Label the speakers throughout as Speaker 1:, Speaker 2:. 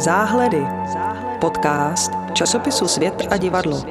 Speaker 1: Záhledy. Podcast časopisu Svět a divadlo.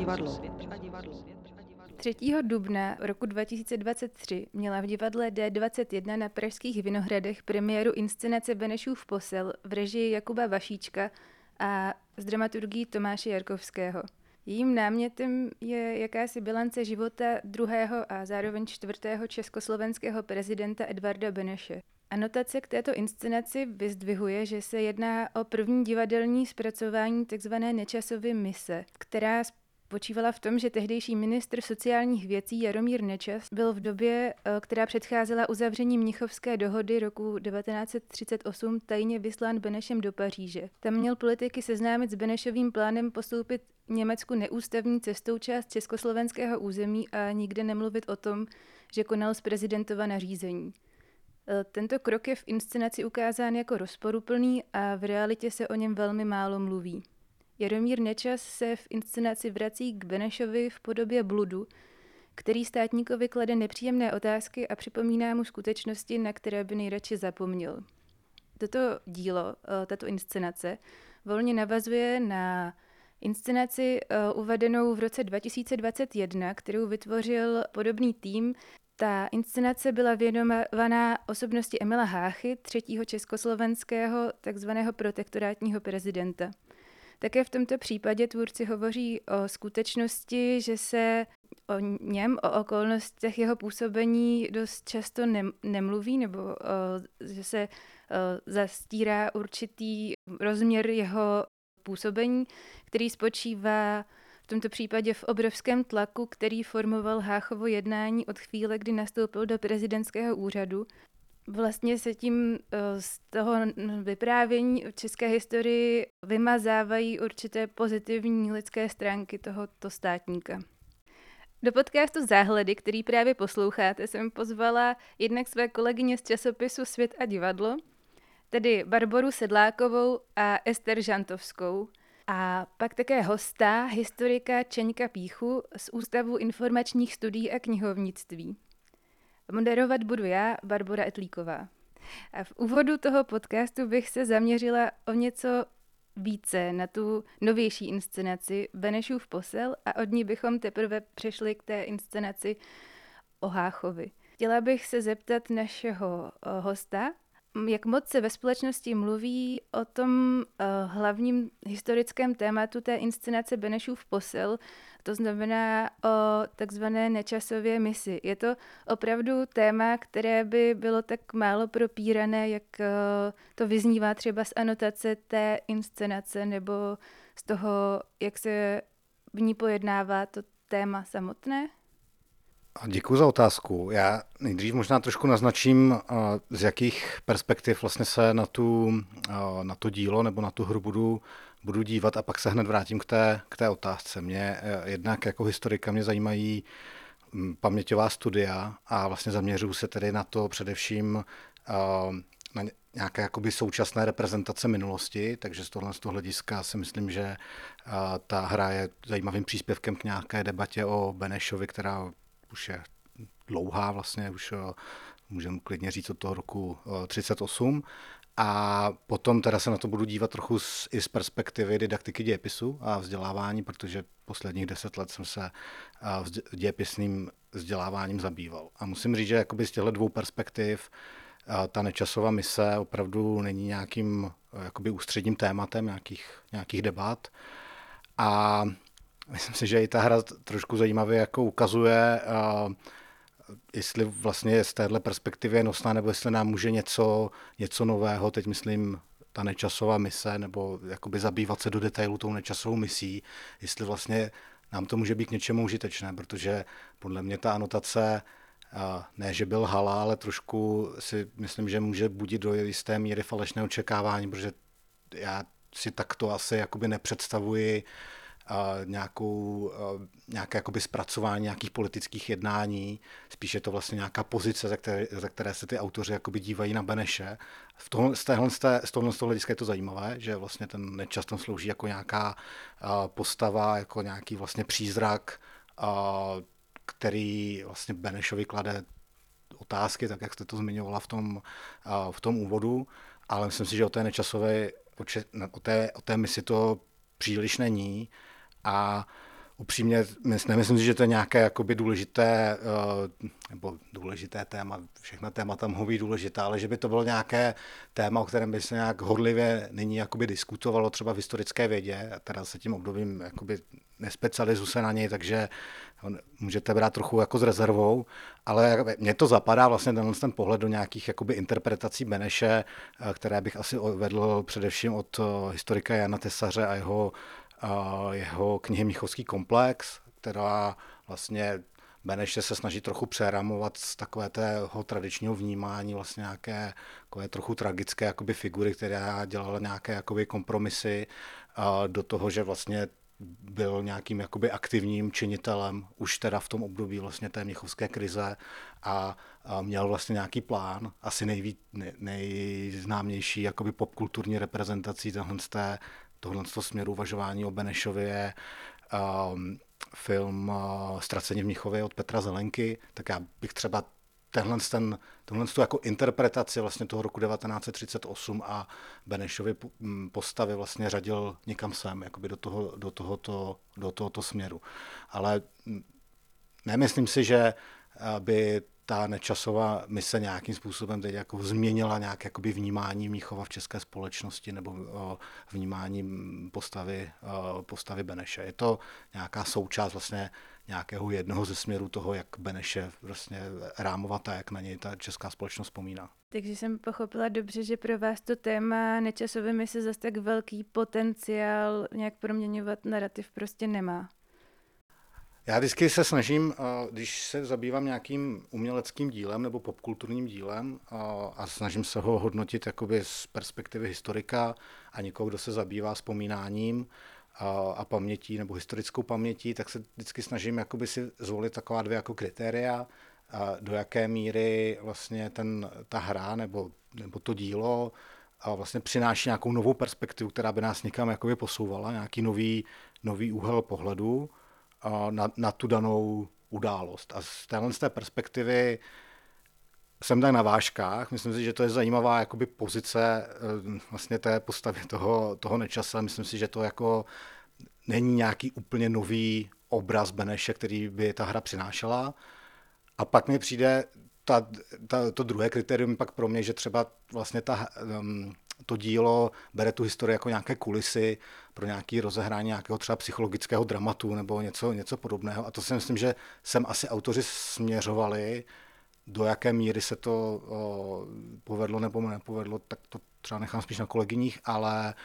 Speaker 2: 3. dubna roku 2023 měla v divadle D21 na pražských Vinohradech premiéru inscenace Benešův posel v režii Jakuba Vašíčka a s dramaturgií Tomáše Jarkovského. Jejím námětem je jakási bilance života druhého a zároveň čtvrtého československého prezidenta Edvarda Beneše. Anotace k této inscenaci vyzdvihuje, že se jedná o první divadelní zpracování tzv. Nečasovy mise, která spočívala v tom, že tehdejší ministr sociálních věcí Jaromír Nečas byl v době, která předcházela uzavření Mnichovské dohody roku 1938, tajně vyslán Benešem do Paříže. Tam měl politiky seznámit s Benešovým plánem postoupit Německu neústavní cestou část československého území a nikde nemluvit o tom, že konal z prezidentova nařízení. Tento krok je v inscenaci ukázán jako rozporuplný a v realitě se o něm velmi málo mluví. Jaromír Nečas se v inscenaci vrací k Benešovi v podobě bludu, který státníkovi klade nepříjemné otázky a připomíná mu skutečnosti, na které by nejradši zapomněl. Toto dílo, tato inscenace, volně navazuje na inscenaci uvedenou v roce 2021, kterou vytvořil podobný tým. Ta inscenace byla věnovaná osobnosti Emila Háchy, třetího československého takzvaného protektorátního prezidenta. Také v tomto případě tvůrci hovoří o skutečnosti, že se o něm, o okolnostech jeho působení dost často nemluví, nebo že se zastírá určitý rozměr jeho působení, který spočívá v tomto případě v obrovském tlaku, který formoval Háchovo jednání od chvíle, kdy nastoupil do prezidentského úřadu. Vlastně se tím z toho vyprávění o české historii vymazávají určité pozitivní lidské stránky tohoto státníka. Do podcastu Záhledy, který právě posloucháte, jsem pozvala jednak své kolegyně z časopisu Svět a divadlo, tedy Barboru Sedlákovou a Ester Žantovskou, a pak také hosta, historika Čeňka Píchu z Ústavu informačních studií a knihovnictví. Moderovat budu já, Barbora Etlíková. A v úvodu toho podcastu bych se zaměřila o něco více na tu novější inscenaci Benešův posel a od ní bychom teprve přešli k té inscenaci o Háchovi. Chtěla bych se zeptat našeho hosta, jak moc se ve společnosti mluví o tom hlavním historickém tématu té inscenace Benešův posel, to znamená o takzvané Nečasově misi. Je to opravdu téma, které by bylo tak málo propírané, jak to vyznívá třeba z anotace té inscenace nebo z toho, jak se v ní pojednává to téma samotné?
Speaker 3: Děkuji za otázku. Já nejdřív možná trošku naznačím, z jakých perspektiv vlastně se na to dílo nebo na tu hru budu dívat a pak se hned vrátím k té otázce. Mě jednak jako historika mě zajímají paměťová studia a vlastně zaměřuju se tedy na to především na nějaké jakoby současné reprezentace minulosti, takže z toho hlediska si myslím, že ta hra je zajímavým příspěvkem k nějaké debatě o Benešovi, která už je dlouhá vlastně, už můžeme klidně říct od toho roku 1938. A potom teda se na to budu dívat trochu i z perspektivy didaktiky dějepisu a vzdělávání, protože posledních 10 let jsem se dějepisným vzděláváním zabýval. A musím říct, že jakoby z těchto dvou perspektiv ta Nečasova mise opravdu není nějakým jakoby ústředním tématem nějakých debat. A myslím si, že i ta hra trošku zajímavě jako ukazuje, jestli vlastně z téhle perspektivy je nosná, nebo jestli nám může něco nového, teď myslím ta Nečasova mise, nebo jakoby zabývat se do detailu tou Nečasovou misí, jestli vlastně nám to může být k něčemu užitečné, protože podle mě ta anotace, ne, že byl hala, ale trošku si myslím, že může budit do jisté míry falešné očekávání, protože já si takto asi jakoby nepředstavuji nějaké jakoby zpracování nějakých politických jednání, spíše je to vlastně nějaká pozice, ze které se ty autoři jakoby dívají na Beneše. Z tohohle hlediska je to zajímavé, že vlastně ten Nečas tam slouží jako nějaká postava, jako nějaký vlastně přízrak, který vlastně Benešovi klade otázky, tak jak jste to zmiňovala v tom úvodu, ale myslím si, že o té Nečasové o té misi to příliš není a upřímně nemyslím si, že to je nějaké jakoby důležité, nebo důležité téma, všechna témata mohou být důležitá, ale že by to bylo nějaké téma, o kterém by se nějak horlivě nyní jakoby diskutovalo třeba v historické vědě, a teda se tím obdobím jakoby nespecializuji se na něj, takže můžete brát trochu jako s rezervou, ale mně to zapadá vlastně ten pohled do nějakých jakoby interpretací Beneše, které bych asi vedl především od historika Jana Tesaře a jeho knihy Mnichovský komplex, která vlastně Beneš se snaží trochu přeramovat z takového tradičního vnímání vlastně nějaké takové trochu tragické jakoby figury, která dělala nějaké jakoby kompromisy do toho, že vlastně byl nějakým jakoby aktivním činitelem už teda v tom období vlastně té mnichovské krize a měl vlastně nějaký plán, asi nejznámější jakoby popkulturní reprezentací tohle směru uvažování o Benešově je film Ztracení v Mnichově od Petra Zelenky, tak já bych třeba tohle jako interpretaci vlastně toho roku 1938 a Benešovy postavy vlastně řadil někam sem, jakoby do tohoto směru. Ale nemyslím si, že by ta Nečasova mise nějakým způsobem teď jako změnila nějak jakoby vnímání Mnichova v české společnosti nebo vnímání postavy Beneše. Je to nějaká součást vlastně nějakého jednoho ze směrů toho, jak Beneše vlastně rámovat a jak na něj ta česká společnost vzpomíná.
Speaker 2: Takže jsem pochopila dobře, že pro vás to téma Nečasovy mise zase tak velký potenciál nějak proměňovat narrativ prostě nemá.
Speaker 3: Já vždycky se snažím, když se zabývám nějakým uměleckým dílem nebo popkulturním dílem a snažím se ho hodnotit jakoby z perspektivy historika a někoho, kdo se zabývá vzpomínáním a pamětí nebo historickou pamětí, tak se vždycky snažím jakoby si zvolit taková dvě jako kritéria, do jaké míry vlastně ta hra nebo to dílo vlastně přináší nějakou novou perspektivu, která by nás někam jakoby posouvala, nějaký nový úhel pohledu na tu danou událost. A z té perspektivy jsem tak na vážkách. Myslím si, že to je zajímavá jakoby pozice vlastně té postavy toho Nečase. Myslím si, že to jako není nějaký úplně nový obraz Beneše, který by ta hra přinášela. A pak mi přijde to druhé kritérium pak pro mě, že třeba vlastně to dílo bere tu historii jako nějaké kulisy pro nějaké rozehrání nějakého třeba psychologického dramatu nebo něco podobného. A to si myslím, že sem asi autoři směřovali, do jaké míry se to povedlo nebo nepovedlo, tak to třeba nechám spíš na kolegyních, ale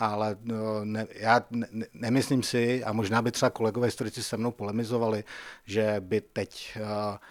Speaker 3: já nemyslím si, a možná by třeba kolegové historici se mnou polemizovali, že by teď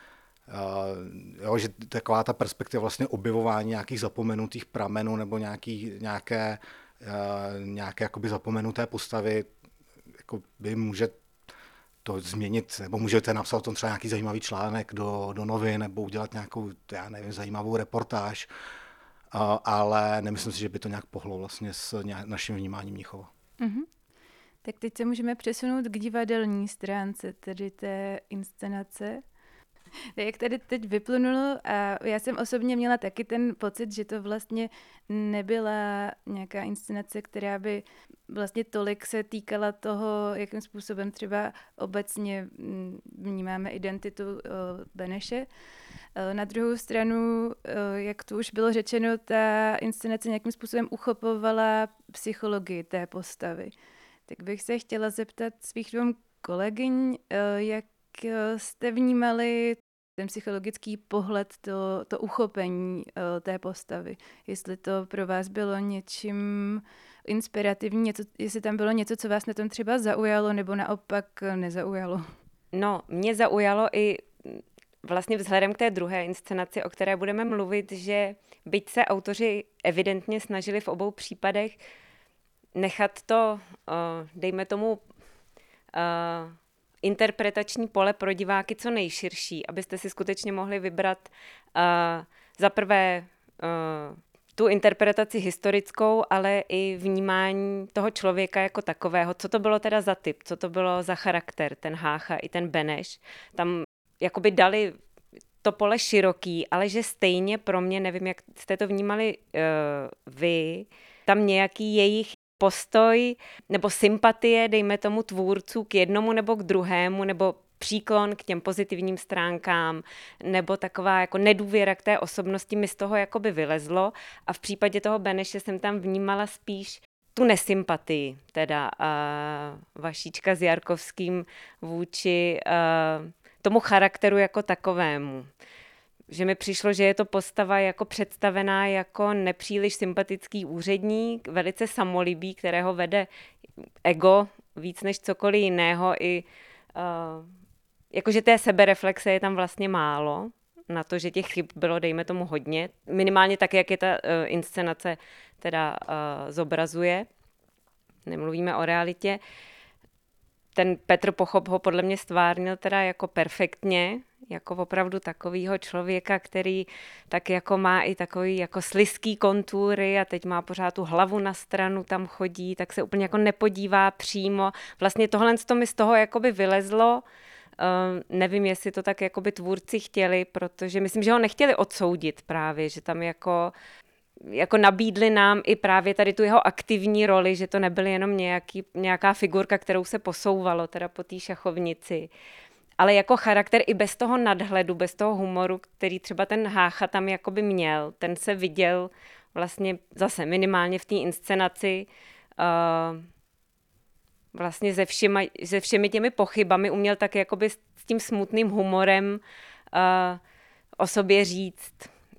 Speaker 3: že taková ta perspektiva vlastně objevování nějakých zapomenutých pramenů nebo nějaké jakoby zapomenuté postavy jako by může to změnit, nebo můžete napsat o tom třeba nějaký zajímavý článek do novin nebo udělat nějakou, já nevím, zajímavou reportáž, ale nemyslím si, že by to nějak pohlo vlastně s naším vnímáním Mnichova.
Speaker 2: Mm-hmm. Tak teď se můžeme přesunout k divadelní stránce, tedy té inscenace. Jak tady teď vyplynulo, a já jsem osobně měla taky ten pocit, že to vlastně nebyla nějaká inscenace, která by vlastně tolik se týkala toho, jakým způsobem třeba obecně vnímáme identitu Beneše. Na druhou stranu, jak to už bylo řečeno, ta inscenace nějakým způsobem uchopovala psychologii té postavy. Tak bych se chtěla zeptat svých dvou kolegyň, jak jste vnímali ten psychologický pohled, to uchopení té postavy. Jestli to pro vás bylo něčím inspirativní, jestli tam bylo něco, co vás na tom třeba zaujalo, nebo naopak nezaujalo.
Speaker 4: No, mě zaujalo i vlastně vzhledem k té druhé inscenaci, o které budeme mluvit, že byť se autoři evidentně snažili v obou případech nechat to, dejme tomu, interpretační pole pro diváky co nejširší, abyste si skutečně mohli vybrat za prvé tu interpretaci historickou, ale i vnímání toho člověka jako takového. Co to bylo teda za typ, co to bylo za charakter, ten Hácha i ten Beneš. Tam jakoby dali to pole široký, ale že stejně pro mě, nevím, jak jste to vnímali vy, tam nějaký jejich postoj nebo sympatie, dejme tomu tvůrců k jednomu nebo k druhému, nebo příklon k těm pozitivním stránkám, nebo taková jako nedůvěra k té osobnosti mi z toho jakoby vylezlo a v případě toho Beneše jsem tam vnímala spíš tu nesympatii, teda Vašíčka s Jarkovským vůči tomu charakteru jako takovému. Že mi přišlo, že je to postava jako představená jako nepříliš sympatický úředník, velice samolibý, kterého vede ego víc než cokoliv jiného i jakože té sebereflexe je tam vlastně málo, na to, že těch chyb bylo, dejme tomu, hodně. Minimálně tak, jak je ta inscenace teda zobrazuje. Nemluvíme o realitě. Ten Petr Pochop ho podle mě stvárnil teda jako perfektně, jako opravdu takovýho člověka, který tak jako má i takový jako slizký kontury a teď má pořád tu hlavu na stranu, tam chodí, tak se úplně jako nepodívá přímo. Vlastně tohle mi z toho jakoby vylezlo. Nevím, jestli to tak jakoby tvůrci chtěli, protože myslím, že ho nechtěli odsoudit právě, že tam jako nabídli nám i právě tady tu jeho aktivní roli, že to nebyl jenom nějaká figurka, kterou se posouvalo teda po té šachovnici. Ale jako charakter i bez toho nadhledu, bez toho humoru, který třeba ten Hácha tam jakoby měl, ten se viděl vlastně zase minimálně v té inscenaci vlastně se všemi těmi pochybami uměl tak jakoby s tím smutným humorem o sobě říct.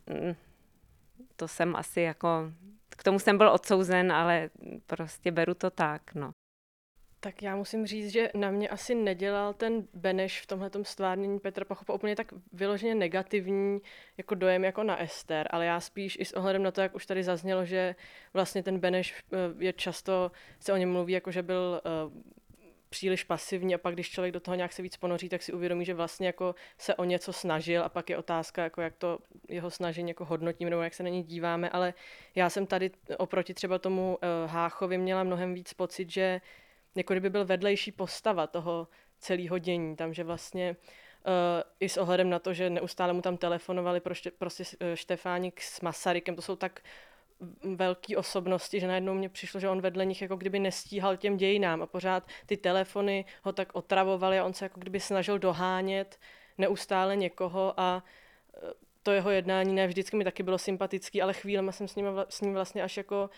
Speaker 4: To jsem asi jako, k tomu jsem byl odsouzen, ale prostě beru to tak, no.
Speaker 5: Tak já musím říct, že na mě asi nedělal ten Beneš v tomhletom stvárnění Petra Pochopa úplně tak vyloženě negativní jako dojem jako na Ester, ale já spíš i s ohledem na to, jak už tady zaznělo, že vlastně ten Beneš je často, se o něm mluví, jako že byl příliš pasivní a pak, když člověk do toho nějak se víc ponoří, tak si uvědomí, že vlastně jako se o něco snažil a pak je otázka, jako jak to jeho snažení jako hodnotíme nebo jak se na něj díváme, ale já jsem tady oproti třeba tomu Háchovi měla mnohem víc pocit, že jako kdyby byl vedlejší postava toho celého dění, tam, že vlastně i s ohledem na to, že neustále mu tam telefonovali prostě Štefánik s Masarykem, to jsou tak velké osobnosti, že najednou mně přišlo, že on vedle nich jako kdyby nestíhal těm dějinám a pořád ty telefony ho tak otravovaly a on se jako kdyby snažil dohánět neustále někoho a to jeho jednání ne vždycky mi taky bylo sympatický, ale chvílema jsem s ním vlastně až jako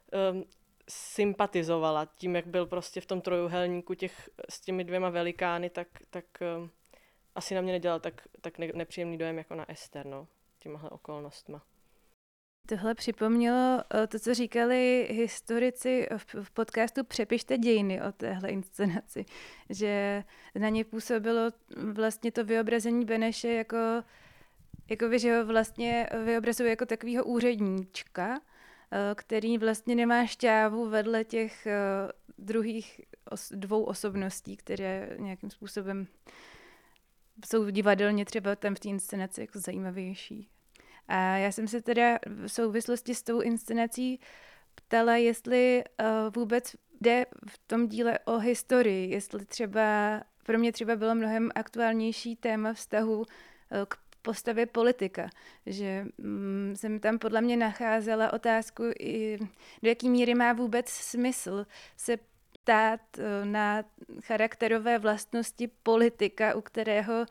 Speaker 5: sympatizovala tím, jak byl prostě v tom trojuhelníku s těmi dvěma velikány, tak asi na mě nedělal tak nepříjemný dojem jako na Ester, no, těmahle okolnostma.
Speaker 2: Tohle připomnělo to, co říkali historici v podcastu Přepište dějiny o téhle inscenaci, že na ně působilo vlastně to vyobrazení Beneše jako že ho vlastně vyobrazuje jako takovýho úředníčka, který vlastně nemá šťávu vedle těch druhých dvou osobností, které nějakým způsobem jsou divadelně třeba tam v té inscenaci jako zajímavější. A já jsem se teda v souvislosti s tou inscenací ptala, jestli vůbec jde v tom díle o historii, jestli třeba pro mě třeba bylo mnohem aktuálnější téma vztahu k postavě politika, že jsem tam podle mě nacházela otázku, do jaký míry má vůbec smysl se ptát na charakterové vlastnosti politika, u kterého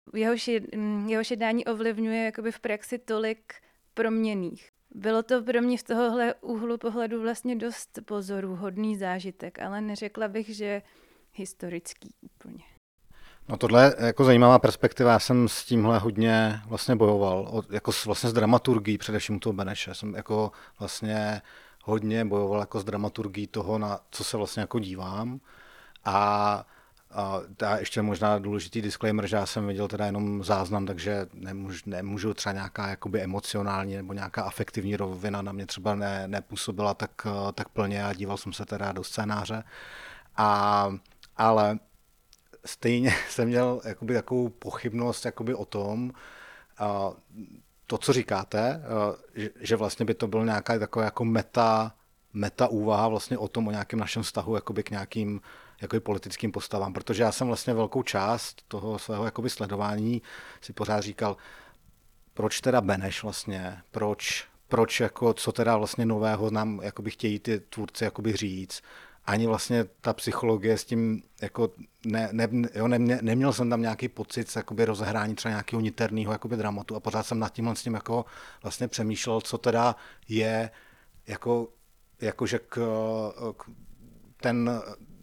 Speaker 2: jeho jednání ovlivňuje jakoby v praxi tolik proměnných. Bylo to pro mě z tohohle úhlu pohledu vlastně dost pozoruhodný zážitek, ale neřekla bych, že historický úplně.
Speaker 3: No tohle je jako zajímavá perspektiva, já jsem s tímhle hodně vlastně bojoval, jako vlastně s dramaturgií především toho Beneše, jsem jako vlastně hodně bojoval jako s dramaturgií toho, na co se vlastně jako dívám a ještě možná důležitý disclaimer, že já jsem viděl teda jenom záznam, takže nemůžu třeba nějaká jakoby emocionální nebo nějaká afektivní rovina na mě třeba nepůsobila tak plně a díval jsem se teda do scénáře, ale stejně jsem měl jakoby takovou pochybnost jakoby o tom, to, co říkáte, že vlastně by to byl nějaká taková jako meta úvaha vlastně o tom, o nějakém našem vztahu jakoby k nějakým jakoby politickým postavám, protože já jsem vlastně velkou část toho svého jakoby sledování si pořád říkal, proč teda Beneš vlastně, proč, jako, co teda vlastně nového nám jakoby chtějí ty tvůrci jakoby říct. Ani vlastně ta psychologie s tím, jako neměl jsem tam nějaký pocit jakoby rozehrání třeba nějakého niterného jakoby dramatu a pořád jsem nad tímhle s tím jako vlastně přemýšlel, co teda je jakože ten,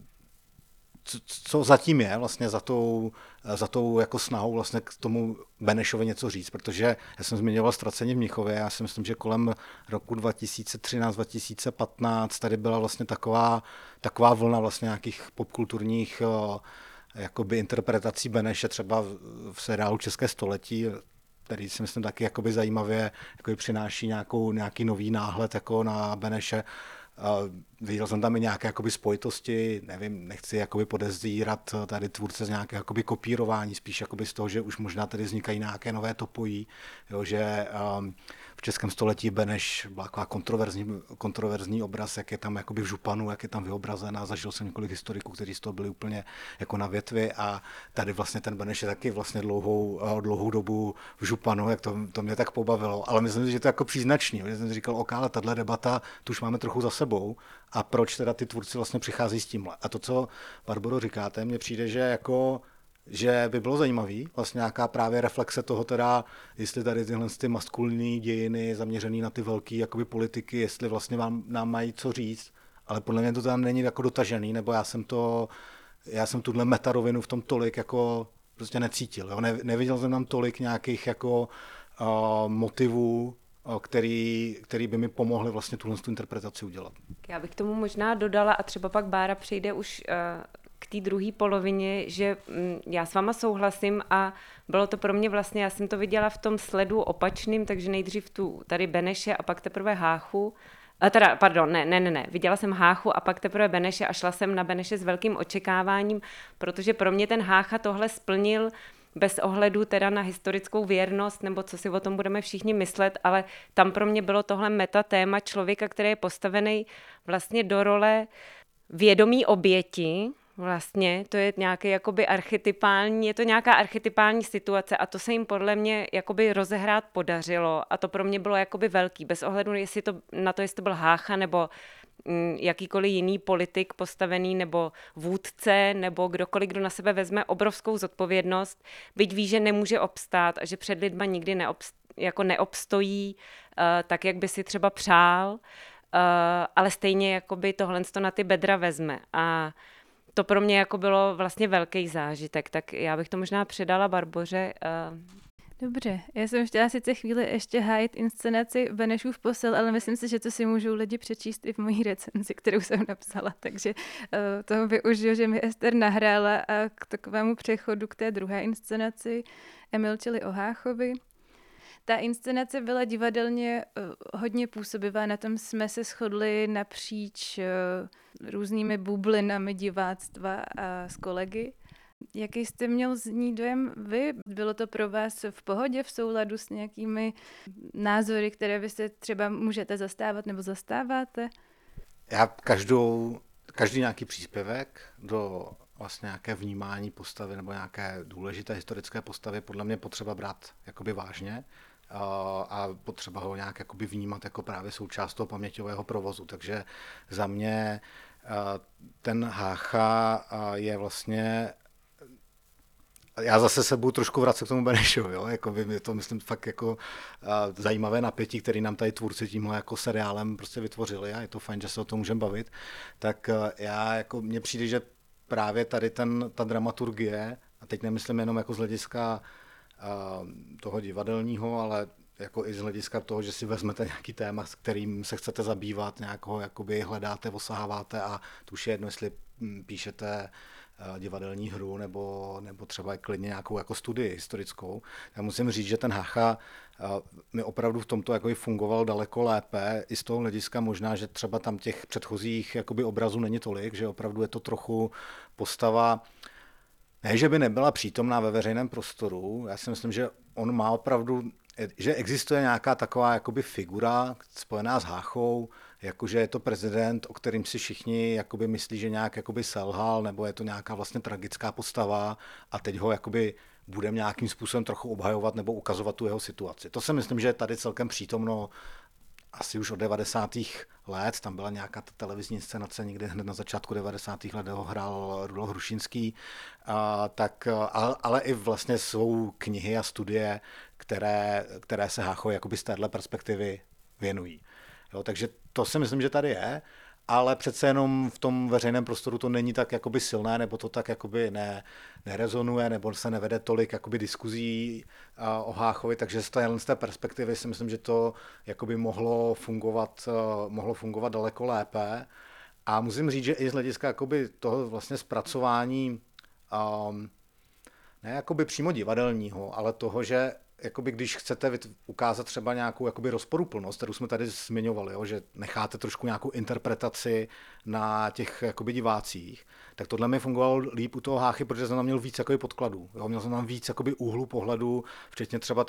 Speaker 3: co zatím je vlastně za tou jako snahou vlastně k tomu Benešovi něco říct, protože já jsem zmiňoval Ztracení v Mnichově, já si myslím, že kolem roku 2013-2015 tady byla vlastně taková vlna vlastně nějakých popkulturních jakoby interpretací Beneše, třeba v seriálu České století, který si myslím taky jakoby zajímavě jakoby přináší nějaký nový náhled jako na Beneše. Viděl jsem tam i nějaké jakoby spojitosti, nevím, nechci jakoby podezírat tady tvůrce z nějaké jakoby kopírování, spíš jakoby z toho, že už možná tady vznikají nějaké nové topojí, jo, že v Českém století Beneš byla taková kontroverzní obraz, jak je tam jakoby v Županu, jak je tam vyobrazen, a zažil jsem několik historiků, kteří z toho byli úplně jako na větvi, a tady vlastně ten Beneš je taky vlastně dlouhou dobu v Županu, jak to mě tak pobavilo, ale myslím si, že to je jako příznačný, že jsem si říkal, ok, ale tahle debata tu už máme trochu za sebou, a proč teda ty tvůrci vlastně přichází s tímhle. A to, co, Barboro, říkáte, mně přijde, že by bylo zajímavý, vlastně nějaká právě reflexe toho teda, jestli tady tyhle ty maskulinní dějiny zaměřený na ty velký jakoby politiky, jestli vlastně nám mají co říct, ale podle mě to tam není jako dotažený, nebo já jsem tuhle metarovinu v tom tolik jako prostě necítil. Jo? Neviděl jsem tam tolik nějakých jako motivů, který by mi pomohli vlastně tuhle interpretaci udělat.
Speaker 4: Já bych k tomu možná dodala, a třeba pak Bára přejde už k té druhé polovině, že já s váma souhlasím a bylo to pro mě vlastně, já jsem to viděla v tom sledu opačným, takže nejdřív tu tady Beneše a pak teprve Háchu. Ne, viděla jsem Háchu a pak teprve Beneše a šla jsem na Beneše s velkým očekáváním, protože pro mě ten Hácha tohle splnil bez ohledu teda na historickou věrnost, nebo co si o tom budeme všichni myslet, ale tam pro mě bylo tohle metatéma člověka, který je postavený vlastně do role vědomí oběti, vlastně, to je nějaký jakoby archetypální, je to nějaká archetypální situace a to se jim podle mě jakoby rozehrát podařilo a to pro mě bylo jakoby velký, bez ohledu jestli to byl Hácha nebo jakýkoliv jiný politik postavený nebo vůdce nebo kdokoliv, kdo na sebe vezme obrovskou zodpovědnost, byť ví, že nemůže obstát a že před lidma nikdy neobstojí tak, jak by si třeba přál, ale stejně jakoby tohle na ty bedra vezme a to pro mě jako bylo vlastně velký zážitek, tak já bych to možná předala Barboře.
Speaker 2: Dobře, já jsem chtěla sice chvíli ještě hájit inscenaci Benešův posel, ale myslím si, že to si můžou lidi přečíst i v mojí recenzi, kterou jsem napsala, takže toho využiju, že mi Ester nahrála a k takovému přechodu k té druhé inscenaci Emil, čili o Háchovi. Ta inscenace byla divadelně hodně působivá, na tom jsme se shodli napříč různými bublinami diváctva a s kolegy. Jaký jste měl z ní dojem vy? Bylo to pro vás v pohodě, v souladu s nějakými názory, které vy se třeba můžete zastávat nebo zastáváte?
Speaker 3: Já každý nějaký příspěvek do vlastně nějaké vnímání postavy nebo nějaké důležité historické postavy podle mě potřeba brát jakoby vážně a potřeba ho nějak jakoby vnímat jako právě součást toho paměťového provozu. Takže za mě ten Hácha je vlastně, já zase se budu trošku vracet k tomu Benešovi, jo? Jako je to, myslím, fakt jako zajímavé napětí, který nám tady tvůrci tímhle jako seriálem prostě vytvořili a je to fajn, že se o tom můžeme bavit. Tak mně přijde, že právě tady ta dramaturgie, a teď nemyslím jenom jako z hlediska toho divadelního, ale jako i z hlediska toho, že si vezmete nějaký téma, s kterým se chcete zabývat, nějak ho jakoby hledáte, osaháváte a tu už je jedno, jestli píšete divadelní hru nebo třeba klidně nějakou jako studii historickou. Já musím říct, že ten Hácha mi opravdu v tomto jako fungoval daleko lépe, i z toho hlediska možná, že třeba tam těch předchozích jakoby obrazů není tolik, že opravdu je to trochu postava, ne, že by nebyla přítomná ve veřejném prostoru, já si myslím, že on má opravdu, že existuje nějaká taková jakoby figura spojená s Háchou, jakože je to prezident, o kterým si všichni jakoby myslí, že nějak jakoby selhal, nebo je to nějaká vlastně tragická postava a teď ho jakoby budeme nějakým způsobem trochu obhajovat nebo ukazovat tu jeho situaci. To si myslím, že je tady celkem přítomno asi už od 90. let, tam byla nějaká ta televizní inscenace, někdy hned na začátku 90. let ho hrál Rudolf Hrušínský, ale i vlastně jsou knihy a studie, které se Háchovi jakoby z téhle perspektivy věnují. Jo, takže to si myslím, že tady je, ale přece jenom v tom veřejném prostoru to není tak jakoby silné, nebo to tak jakoby nerezonuje, nebo se nevede tolik jakoby diskuzí o Háchovi, takže z té perspektivy si myslím, že to jakoby mohlo fungovat daleko lépe. A musím říct, že i z hlediska jakoby toho vlastně zpracování ne jakoby přímo divadelního, ale toho, že jakoby když chcete ukázat třeba nějakou jakoby rozporuplnost, kterou jsme tady zmiňovali, jo, že necháte trošku nějakou interpretaci na těch jakoby divácích, tak tohle mi fungovalo líp u toho Háchy, protože jsem tam měl víc jakoby podkladů. Jo, měl jsem tam víc jakoby úhlu pohledu, včetně třeba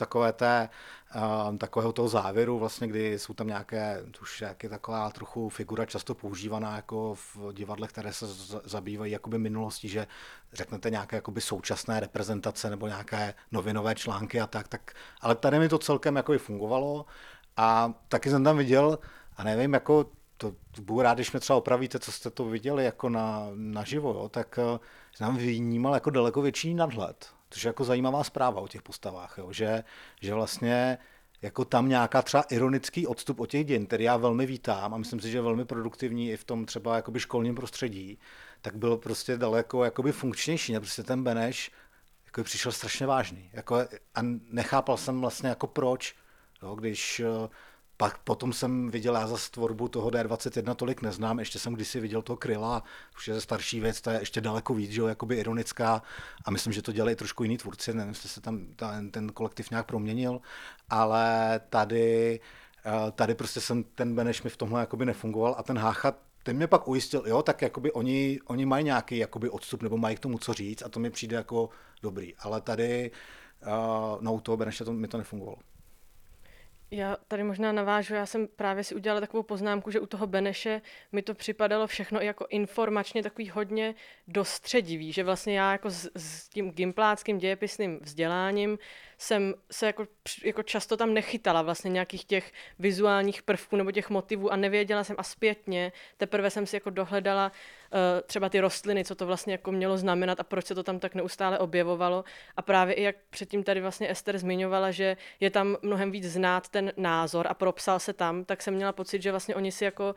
Speaker 3: takového toho závěru, vlastně, kdy jsou tam nějaké, už jak je taková trochu figura často používaná jako v divadle, které se zabývají jakoby minulostí, že řeknete nějaké jakoby současné reprezentace nebo nějaké novinové články a tak, ale tady mi to celkem jakoby fungovalo a taky jsem tam viděl, a nevím, jako to budu rád, když mě třeba opravíte, co jste to viděli jako naživo, jo, tak jsem vnímal jako daleko větší nadhled, což je jako zajímavá zpráva o těch postavách, jo, že vlastně jako tam nějaká třeba ironický odstup od těch dějin, který já velmi vítám a myslím si, že je velmi produktivní i v tom třeba jakoby školním prostředí, tak bylo prostě daleko jakoby funkčnější, prostě ten Beneš jako přišel strašně vážný. Jako, a nechápal jsem vlastně jako proč, jo, když pak potom jsem viděl, já zase tvorbu toho D21 tolik neznám, ještě jsem kdysi viděl toho Kryla, už je starší věc, to je ještě daleko víc, že jo, jakoby ironická a myslím, že to dělají trošku jiný tvůrci, nevím, jestli se tam ten kolektiv nějak proměnil, ale tady prostě ten Beneš mi v tomhle jakoby nefungoval a ten Hácha, ten mě pak ujistil, jo, tak jakoby oni mají nějaký jakoby odstup nebo mají k tomu co říct a to mi přijde jako dobrý, ale tady u toho Beneše mi to nefungovalo.
Speaker 5: Já tady možná navážu, já jsem právě si udělala takovou poznámku, že u toho Beneše mi to připadalo všechno i jako informačně takový hodně dostředivý, že vlastně já jako s tím gimpláckým dějepisným vzděláním jsem se jako často tam nechytala vlastně nějakých těch vizuálních prvků nebo těch motivů a nevěděla jsem a zpětně, teprve jsem si jako dohledala třeba ty rostliny, co to vlastně jako mělo znamenat a proč se to tam tak neustále objevovalo. A právě i jak předtím tady vlastně Ester zmiňovala, že je tam mnohem víc znát ten názor a propsal se tam, tak jsem měla pocit, že vlastně oni si jako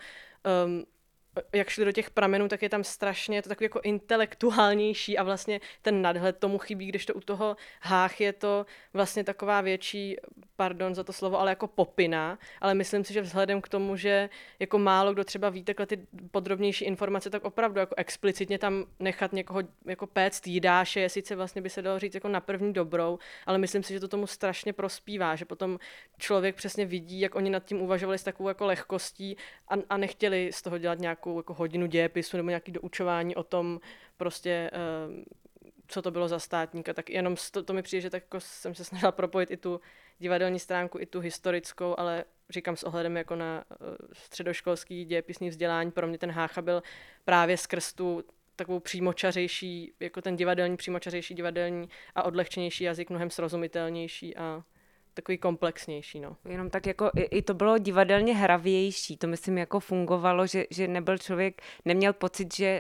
Speaker 5: jak šli do těch pramenů, tak je tam strašně, je to takový jako intelektuálnější a vlastně ten nadhled tomu chybí, když to u toho Hách je to vlastně taková větší, pardon za to slovo, ale jako popina, ale myslím si, že vzhledem k tomu, že jako málo kdo třeba ví takhle ty podrobnější informace, tak opravdu jako explicitně tam nechat někoho jako péct jídáše, je sice vlastně by se dalo říct jako na první dobrou, ale myslím si, že to tomu strašně prospívá, že potom člověk přesně vidí, jak oni nad tím uvažovali s takovou jako lehkostí a nechtěli z toho dělat nějakou jako hodinu dějepisu nebo nějaké doučování o tom prostě, co to bylo za státníka, tak jenom to mi přijde, že tak jako jsem se snažila propojit i tu divadelní stránku, i tu historickou, ale říkám s ohledem jako na středoškolský dějepisný vzdělání, pro mě ten Hácha byl právě skrz tu takovou přímočařejší, jako ten přímočařejší divadelní a odlehčenější jazyk, mnohem srozumitelnější a takový komplexnější, no.
Speaker 4: Jenom tak jako i to bylo divadelně hravější, to myslím jako fungovalo, že nebyl člověk, neměl pocit, že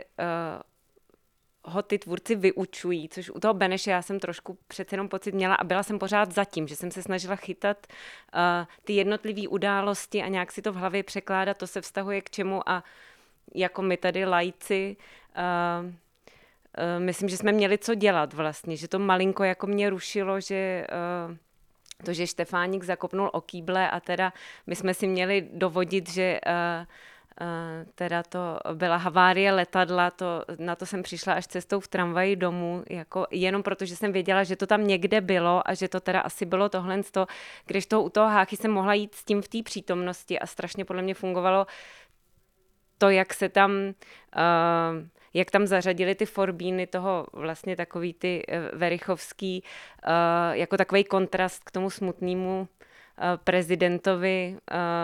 Speaker 4: ho ty tvůrci vyučují, což u toho Beneše já jsem trošku přece jenom pocit měla a byla jsem pořád zatím, že jsem se snažila chytat ty jednotlivé události a nějak si to v hlavě překládat, to se vztahuje k čemu a jako my tady laici myslím, že jsme měli co dělat vlastně, že to malinko jako mě rušilo, že to, že Štefánik zakopnul okýble a teda my jsme si měli dovodit, že teda to byla havárie letadla, na to jsem přišla až cestou v tramvaji domů, jako jenom proto, že jsem věděla, že to tam někde bylo a že to teda asi bylo tohle, když u toho Háchy jsem mohla jít s tím v té přítomnosti a strašně podle mě fungovalo to, jak se tam jak tam zařadili ty forbíny toho vlastně takový ty verichovský, jako takový kontrast k tomu smutnému prezidentovi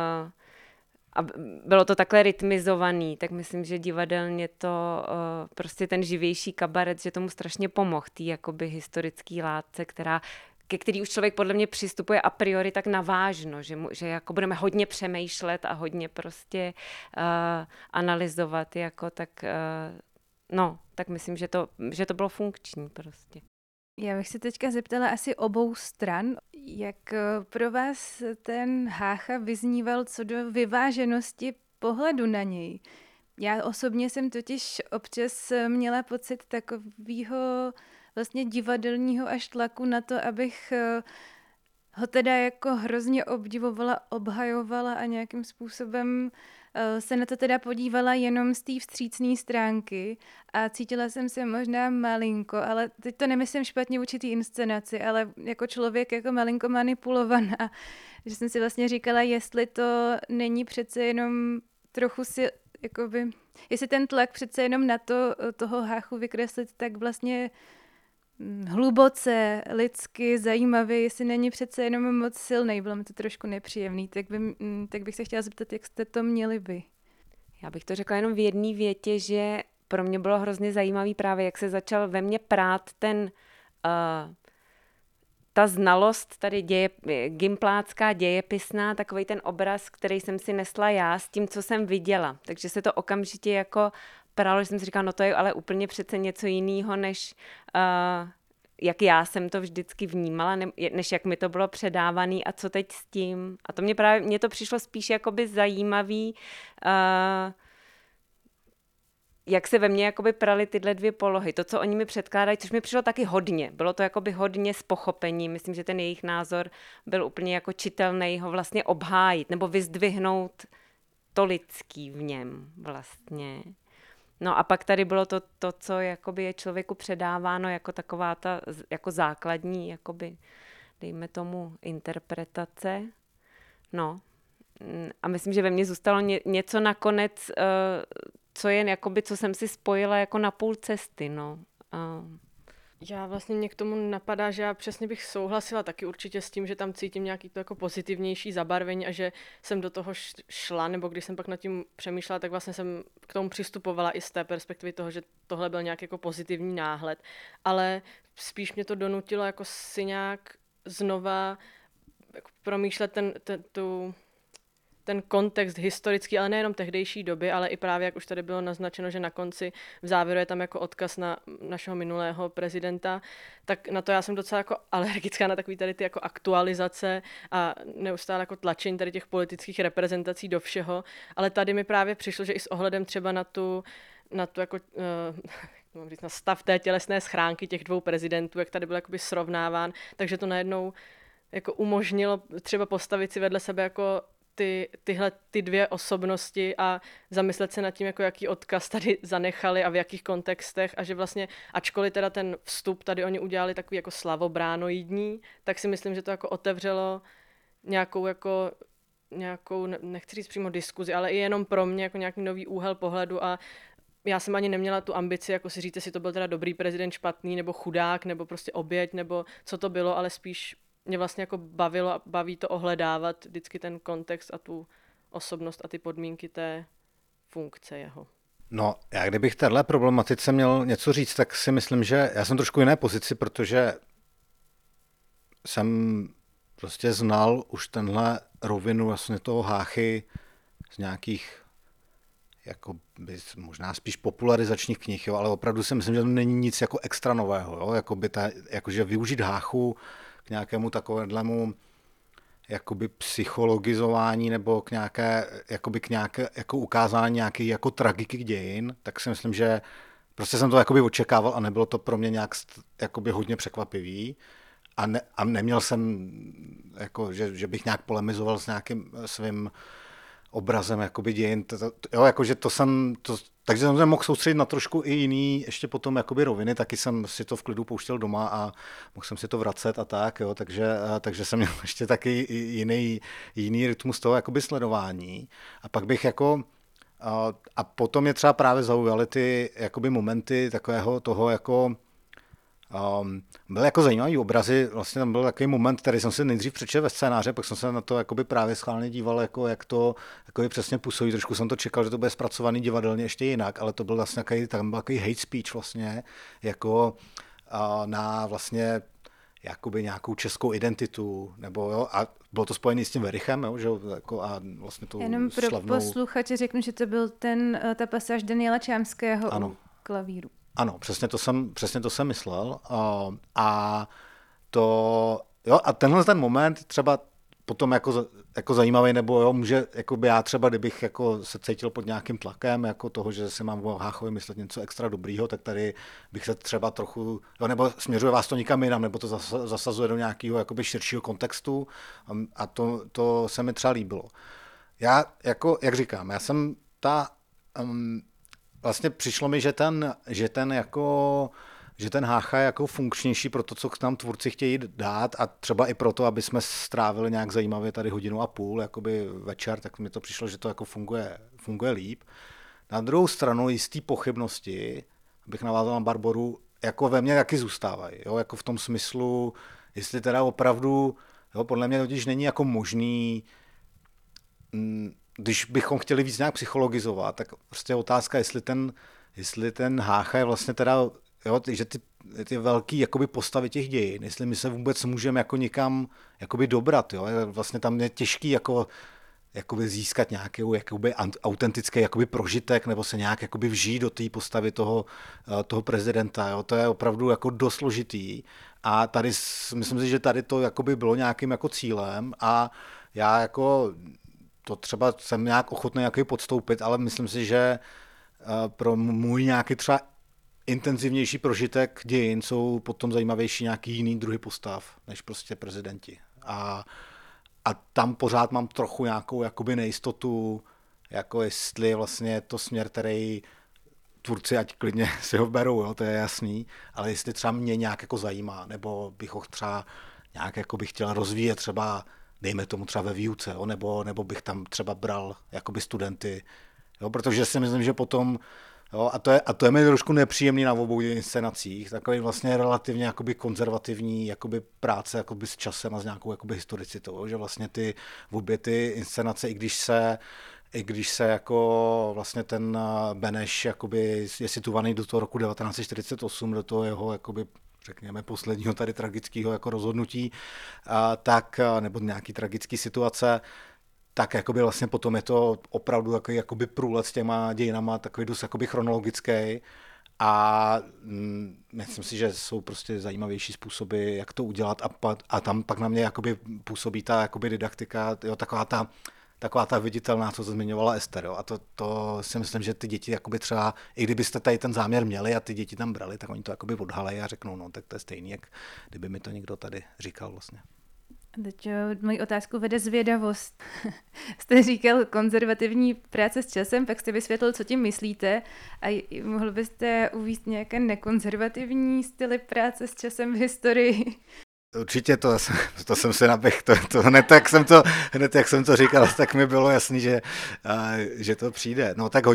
Speaker 4: a bylo to takhle rytmizovaný, tak myslím, že divadelně to prostě ten živější kabaret, že tomu strašně pomohl, tý jakoby historický látce, která ke který už člověk podle mě přistupuje a priori tak navážno, že jako budeme hodně přemýšlet a hodně prostě analyzovat, jako tak, tak myslím, že to bylo funkční prostě.
Speaker 2: Já bych se teďka zeptala asi obou stran, jak pro vás ten Hácha vyzníval co do vyváženosti pohledu na něj. Já osobně jsem totiž občas měla pocit takového vlastně divadelního až tlaku na to, abych ho teda jako hrozně obdivovala, obhajovala a nějakým způsobem se na to teda podívala jenom z té vstřícné stránky a cítila jsem se možná malinko, ale teď to nemyslím špatně vůči té inscenaci, ale jako člověk jako malinko manipulovaná, že jsem si vlastně říkala, jestli to není přece jenom trochu si, jakoby, jestli ten tlak přece jenom na to toho Háchu vykreslit tak vlastně hluboce, lidsky, zajímavě, jestli není přece jenom moc silný, bylo mi to trošku nepříjemný, tak bych se chtěla zeptat, jak jste to měli vy.
Speaker 4: Já bych to řekla jenom v jedné větě, že pro mě bylo hrozně zajímavý právě, jak se začal ve mně prát ta znalost tady gimplácká, dějepisná, takovej ten obraz, který jsem si nesla já s tím, co jsem viděla. Takže se to okamžitě jako pralo, že jsem si říkala, no to je ale úplně přece něco jiného, než jak já jsem to vždycky vnímala, než jak mi to bylo předávané a co teď s tím. A to mně to přišlo spíš jakoby zajímavý, jak se ve mně jakoby praly tyhle dvě polohy. To, co oni mi předkládají, což mi přišlo taky hodně. Bylo to jakoby hodně s pochopením. Myslím, že ten jejich názor byl úplně jako čitelný ho vlastně obhájit nebo vyzdvihnout to lidský v něm vlastně. No a pak tady bylo to co jakoby je člověku předáváno jako taková ta jako základní, jakoby, dejme tomu, interpretace. No. A myslím, že ve mně zůstalo něco nakonec, co je jakoby, co jsem si spojila jako na půl cesty, no.
Speaker 5: Já vlastně mě k tomu napadá, že já přesně bych souhlasila taky určitě s tím, že tam cítím nějaký to jako pozitivnější zabarvení a že jsem do toho šla, nebo když jsem pak nad tím přemýšlela, tak vlastně jsem k tomu přistupovala i z té perspektivy toho, že tohle byl nějaký jako pozitivní náhled. Ale spíš mě to donutilo jako si nějak znova jako promýšlet ten kontext historický, ale nejenom tehdejší doby, ale i právě, jak už tady bylo naznačeno, že na konci v závěru je tam jako odkaz na našeho minulého prezidenta, tak na to já jsem docela jako alergická na takový tady ty jako aktualizace a neustále jako tlačení tady těch politických reprezentací do všeho, ale tady mi právě přišlo, že i s ohledem třeba na tu jako mám říct, na stav té tělesné schránky těch dvou prezidentů, jak tady byl jakoby srovnáván, takže to najednou jako umožnilo třeba postavit si vedle sebe jako tyhle dvě osobnosti a zamyslet se nad tím, jako jaký odkaz tady zanechali a v jakých kontextech a že vlastně, ačkoliv teda ten vstup tady oni udělali takový jako slavobránoidní, tak si myslím, že to jako otevřelo nějakou, nechci říct přímo diskuzi, ale i jenom pro mě jako nějaký nový úhel pohledu a já jsem ani neměla tu ambici, jako si říct, jestli to byl teda dobrý prezident, špatný, nebo chudák, nebo prostě oběť, nebo co to bylo, ale spíš mě vlastně jako bavilo a baví to ohledávat vždycky ten kontext a tu osobnost a ty podmínky té funkce jeho.
Speaker 3: No, já kdybych téhle problematice měl něco říct, tak si myslím, že já jsem trošku jiné pozici, protože jsem prostě znal už tenhle rovinu vlastně toho Háchy z nějakých jako možná spíš popularizačních knih, jo, ale opravdu si myslím, že to není nic jako extra nového, jo, jakože využít Háchu k nějakému takovému jakoby psychologizování nebo k nějaké jako ukázání nějaké jako tragiky dějin, tak si myslím, že prostě jsem to jakoby očekával a nebylo to pro mě nějak jakoby hodně překvapivý a neměl jsem jako, že bych nějak polemizoval s nějakým svým obrazem jakoby dějin, takže jsem se mohl soustředit na trošku i jiný, ještě potom jakoby roviny, taky jsem si to v klidu pouštěl doma a mohl jsem si to vracet a tak, jo, takže jsem měl ještě taky jiný rytmus toho jakoby sledování a pak bych jako a potom mě třeba právě zaujaly ty jakoby momenty takového toho jako byly jako zajímavý obrazy, vlastně tam byl takový moment, který jsem si nejdřív přečetl ve scénáře, pak jsem se na to jakoby právě schválně díval, jako jak to jako přesně působí, trošku jsem to čekal, že to bude zpracovaný divadelně ještě jinak, ale to byl vlastně takový hate speech vlastně, jako na vlastně jakoby nějakou českou identitu, nebo jo, a bylo to spojené s tím Werichem, jo, že jako a vlastně tou
Speaker 2: Jenom pro
Speaker 3: slavnou...
Speaker 2: posluchače řeknu, že to byl ta pasáž Daniela Čámského
Speaker 3: Ano.
Speaker 2: u klavíru.
Speaker 3: Ano, přesně to jsem myslel. A to, jo, a tenhle ten moment třeba potom jako zajímavý, nebo jo, může, jako by já třeba, kdybych jako se cítil pod nějakým tlakem, jako toho, že si mám o Háchovi myslet něco extra dobrýho, tak tady bych se třeba trochu, jo, nebo směřuje vás to někam jinam, nebo to zasazuje do nějakého jakoby širšího kontextu a to se mi třeba líbilo. Já, jako, jak říkám, já jsem vlastně přišlo mi, že ten Hácha je jako funkčnější pro to, co k nám tvůrci chtějí dát a třeba i proto, aby jsme strávili nějak zajímavě tady 1,5 hodiny jakoby večer, tak mi to přišlo, že to jako funguje líp. Na druhou stranu jistý pochybnosti, abych navázal na Barboru, jako ve mně taky zůstávají. Jo? Jako v tom smyslu, jestli teda opravdu, jo, podle mě totiž není jako možný, když bychom chtěli víc nějak psychologizovat, tak prostě otázka, jestli ten Hácha je vlastně teda, jo, že ty velký jakoby postavy těch dějin, jestli my se vůbec můžeme jako někam jakoby dobrat, jo, vlastně tam je těžký jakoby získat nějaký jakoby autentický jakoby prožitek nebo se nějak jakoby vžít do té postavy toho prezidenta, jo, to je opravdu jako dost složitý a tady myslím si, že tady to jakoby bylo nějakým jako cílem a já jako to třeba jsem nějak ochotný nějaký podstoupit, ale myslím si, že pro můj nějaký třeba intenzivnější prožitek dějin jsou potom zajímavější nějaký jiný druhy postav, než prostě prezidenti. A tam pořád mám trochu nějakou jakoby nejistotu, jako jestli vlastně to směr, který tvůrci ať klidně si ho berou, jo, to je jasný, ale jestli třeba mě nějak jako zajímá, nebo bych ho třeba nějak jako bych chtěl rozvíjet třeba dejme tomu třeba ve výuce, jo, nebo bych tam třeba bral jakoby studenty, jo, protože si myslím, že potom, jo, a to je mi trošku nepříjemný na obou inscenacích, takový vlastně relativně jakoby konzervativní jakoby práce jakoby s časem a s nějakou jakoby historicitou, jo, že vlastně obě ty inscenace, i když se jako vlastně ten Beneš jakoby je situovaný do toho roku 1948, do toho jeho jakoby řekněme, posledního tady tragického jako rozhodnutí, tak, nebo nějaký tragický situace, tak jakoby vlastně potom je to opravdu takový jakoby průlet s těma dějinama, takový dost jakoby chronologický a myslím si, že jsou prostě zajímavější způsoby, jak to udělat a tam pak na mě jakoby působí ta jakoby didaktika, jo, taková ta viditelná, co se zmiňovala Ester. Jo? A to si myslím, že ty děti jakoby třeba, i kdybyste tady ten záměr měli a ty děti tam brali, tak oni to jakoby odhalejí a řeknou, no tak to je stejný, jak kdyby mi to někdo tady říkal vlastně.
Speaker 2: Teď moji otázku vede zvědavost. Jste říkal konzervativní práce s časem, pak jste vysvětlil, co tím myslíte a mohl byste uvést nějaké nekonzervativní styly práce s časem v historii?
Speaker 3: Určitě to jsem si naběh, hned jak jsem to říkal, tak mi bylo jasný, že to přijde. No tak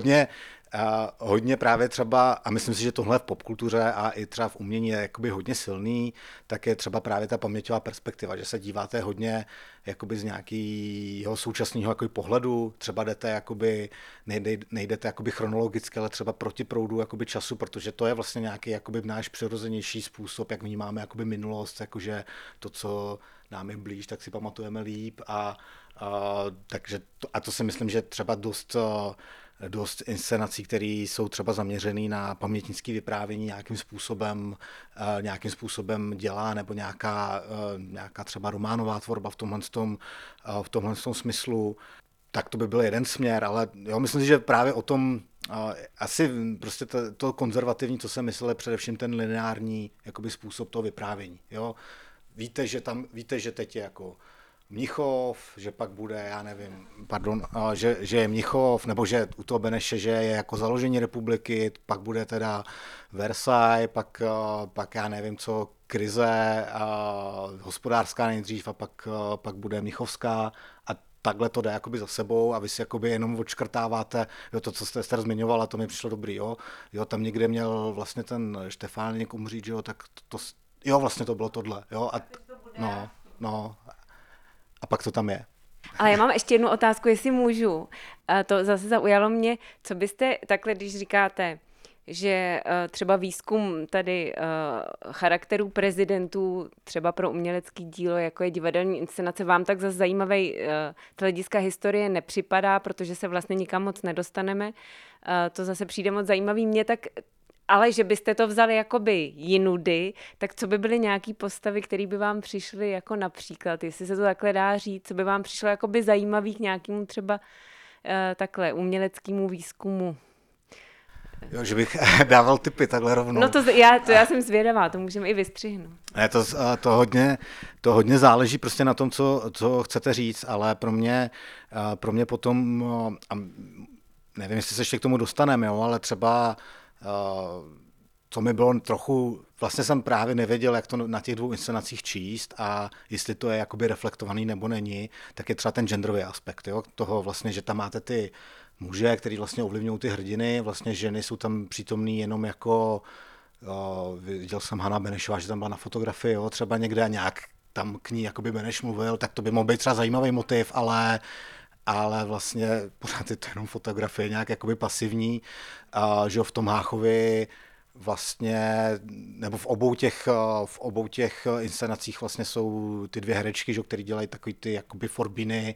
Speaker 3: hodně právě třeba, a myslím si, že tohle v popkultuře a i třeba v umění je jakoby hodně silný, tak je třeba právě ta paměťová perspektiva, že se díváte hodně jakoby z nějakého současného jakoby pohledu, třeba nejdete jakoby chronologicky, ale třeba proti proudu jakoby času, protože to je vlastně nějaký jakoby náš přirozenější způsob, jak vnímáme jakoby minulost, jakože to, co nám je blíž, tak si pamatujeme líp takže to si myslím, že třeba dost inscenací, které jsou třeba zaměřený na pamětnické vyprávění nějakým způsobem dělá, nebo nějaká třeba románová tvorba v tomhle smyslu, tak to by byl jeden směr, ale jo, myslím si, že právě o tom asi prostě to konzervativní, co jsem myslel, je především ten lineární jakoby způsob toho vyprávění. Jo? Víte, že teď je jako Mnichov, že pak bude, já nevím, že je Mnichov, nebo že u toho Beneše, že je jako založení republiky, pak bude teda Versailles, pak já nevím co, krize, hospodářská nejdřív a pak bude Mnichovská a takhle to jde jakoby za sebou a vy si jakoby jenom odškrtáváte, jo, to, co jste zmiňovala, to mi přišlo dobrý, jo, tam někde měl vlastně ten Štefánek umřít, jo, tak jo, vlastně to bylo tohle, jo, a pak to tam je.
Speaker 4: Ale já mám ještě jednu otázku, jestli můžu. To zase zaujalo mě, co byste takhle, když říkáte, že třeba výzkum tady charakterů prezidentů, třeba pro umělecký dílo, jako je divadelní inscenace, vám tak zase zajímavý z hlediska historie nepřipadá, protože se vlastně nikam moc nedostaneme. To zase přijde moc zajímavý. Mně tak, ale že byste to vzali jakoby jinudy, tak co by byly nějaký postavy, které by vám přišly jako například, jestli se to takhle dá říct, co by vám přišlo jakoby zajímavý k nějakému třeba takhle uměleckému výzkumu?
Speaker 3: Jo, že bych dával tipy takhle rovnou.
Speaker 4: No já jsem zvědavá, to můžeme i vystřihnout.
Speaker 3: Ne, to hodně záleží prostě na tom, co chcete říct, ale pro mě potom, a nevím, jestli se ještě k tomu dostaneme, jo, ale třeba co mi bylo trochu, vlastně jsem právě nevěděl, jak to na těch 2 inscenacích číst a jestli to je jakoby reflektovaný nebo není, tak je třeba ten genderový aspekt, jo, toho vlastně, že tam máte ty muže, který vlastně ovlivňují ty hrdiny, vlastně ženy jsou tam přítomný jenom jako, viděl jsem Hana Benešová, že tam byla na fotografii, jo, třeba někde a nějak tam k ní jakoby Beneš mluvil, tak to by mohl být třeba zajímavý motiv, ale vlastně pořád je to jenom fotografie, nějak jakoby pasivní, že v tom Háchovi vlastně, nebo v obou těch inscenacích vlastně jsou ty 2 herečky, že, který dělají takový ty jakoby forbíny,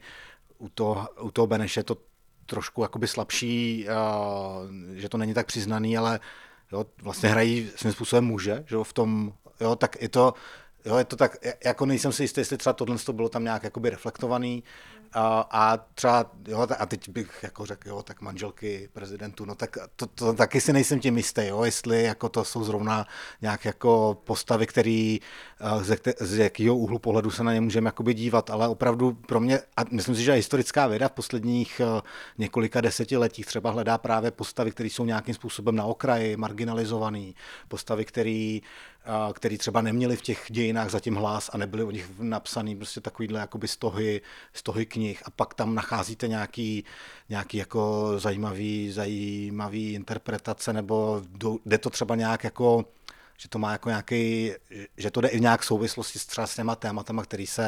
Speaker 3: u toho Beneše to trošku jakoby slabší, že to není tak přiznaný, ale jo, vlastně hrají svým způsobem muže, že v tom, jo, tak je to tak, jako nejsem si jistý, jestli třeba tohle bylo tam nějak jakoby reflektovaný a třeba, jo, a teď bych jako řekl, jo, tak manželky prezidentů, no tak to taky si nejsem tím jistý, jo, jestli jako to jsou zrovna nějak jako postavy, který z jakého úhlu pohledu se na ně můžeme jakoby dívat, ale opravdu pro mě, a myslím si, že historická věda v posledních několika desetiletích třeba hledá právě postavy, které jsou nějakým způsobem na okraji, marginalizovaný, postavy, který třeba neměli v těch dějinách zatím hlas a nebyly o nich napsaný prostě takovýhle jakoby stohy knih a pak tam nacházíte nějaký jako zajímavý interpretace nebo jde to třeba nějak jako, že to má jako nějaký, že to jde i nějak v souvislosti třeba s těma tématama,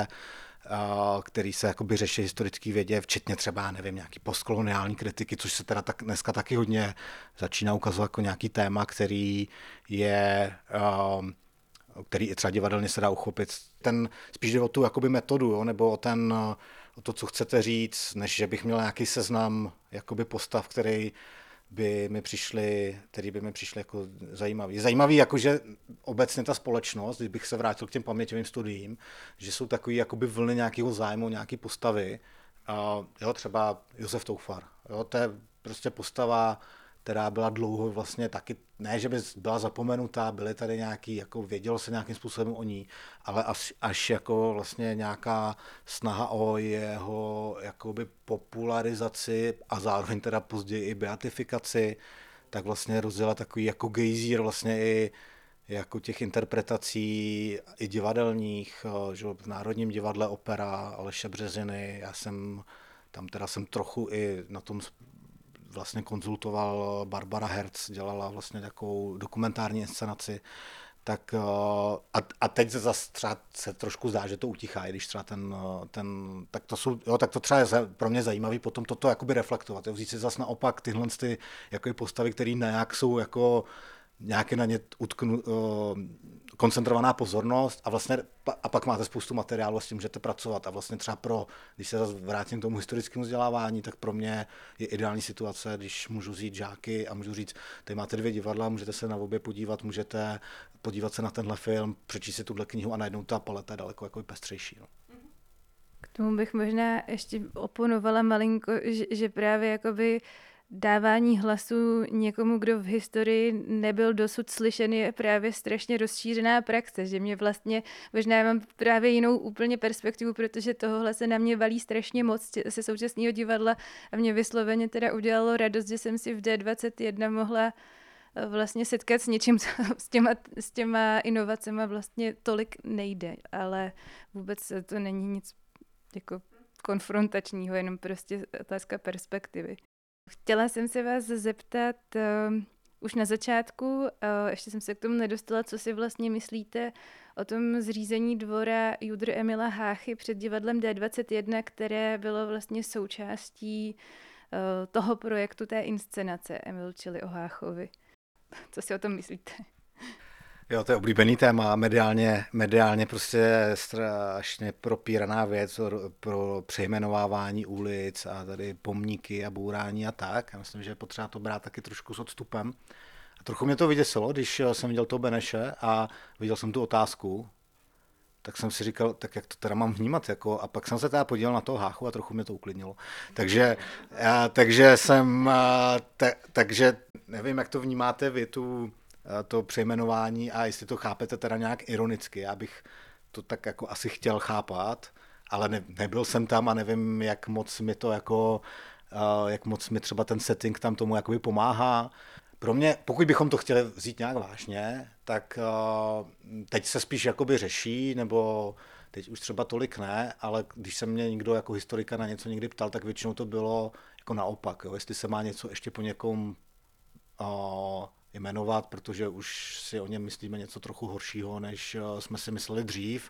Speaker 3: který se jakoby řeší historický vědě, včetně třeba, nevím, nějaký postkoloniální kritiky, což se teda dneska taky hodně začíná ukazovat jako nějaký téma, který i třeba divadelně se dá uchopit. Spíš jde o tu jakoby metodu, jo, nebo o to, co chcete říct, než že bych měl nějaký seznam jakoby postav, který by mi přišly jako zajímavý. Zajímavý, jakože obecně ta společnost, když bych se vrátil k těm paměťovým studiím, že jsou takový jakoby vlny nějakého zájmu, nějaký postavy. Jo, třeba Josef Toufar. Jo, to je prostě postava, která byla dlouho vlastně taky, ne, že by byla zapomenutá, byly tady nějaký, jako vědělo se nějakým způsobem o ní, ale až jako vlastně nějaká snaha o jeho jakoby popularizaci a zároveň teda později i beatifikaci, tak vlastně rozjela takový jako gejzír vlastně i jako těch interpretací i divadelních, že v Národním divadle opera Aleše Březiny, já jsem trochu i na tom vlastně konzultoval Barbara Herz, dělala vlastně takovou dokumentární inscenaci, tak a teď zase třeba se trošku zdá, že to utichá, i když třeba tak to třeba je pro mě zajímavý potom toto jakoby reflektovat, jo, vzít si zase naopak tyhle jako postavy, které nějak jsou jako nějaké na ně koncentrovaná pozornost a pak máte spoustu materiálu, s tím můžete pracovat a vlastně třeba když se zase vrátím k tomu historickému vzdělávání, tak pro mě je ideální situace, když můžu vzít žáky a můžu říct, tady máte 2 divadla, můžete se na obě podívat, můžete podívat se na tenhle film, přečíst si tuhle knihu a najednou ta paleta je daleko jako pestřejší. No.
Speaker 2: K tomu bych možná ještě oponovala malinko, že právě jakoby dávání hlasu někomu, kdo v historii nebyl dosud slyšen, je právě strašně rozšířená praxe, že mě vlastně, možná já mám právě jinou úplně perspektivu, protože tohohle se na mě valí strašně moc se současného divadla a mě vysloveně teda udělalo radost, že jsem si v D21 mohla vlastně setkat s něčím, co s těma inovacema vlastně tolik nejde, ale vůbec to není nic jako konfrontačního, jenom prostě otázka perspektivy. Chtěla jsem se vás zeptat už na začátku, ještě jsem se k tomu nedostala, co si vlastně myslíte o tom zřízení dvora Judr Emila Háchy před divadlem D21, které bylo vlastně součástí toho projektu té inscenace Emil, čili o Háchovi. Co si o tom myslíte?
Speaker 3: Jo, to je oblíbený téma, mediálně prostě strašně propíraná věc pro přejmenovávání ulic a tady pomníky a bourání a tak. Já myslím, že je potřeba to brát taky trošku s odstupem. A trochu mě to vyděsilo, když jsem viděl toho Beneše a viděl jsem tu otázku, tak jsem si říkal, tak jak to teda mám vnímat, jako, a pak jsem se teda podíval na toho Háchu a trochu mě to uklidnilo. Takže nevím, jak to vnímáte vy, to přejmenování a jestli to chápete teda nějak ironicky. Já bych to tak jako asi chtěl chápat, ale nebyl jsem tam a nevím, jak moc mi to jako, jak moc mi třeba ten setting tam tomu jakoby pomáhá. Pro mě, pokud bychom to chtěli vzít nějak vážně, tak teď se spíš jakoby řeší, nebo teď už třeba tolik ne, ale když se mě někdo jako historika na něco někdy ptal, tak většinou to bylo jako naopak, jo? Jestli se má něco ještě po někom jmenovat, protože už si o něm myslíme něco trochu horšího, než jsme si mysleli dřív.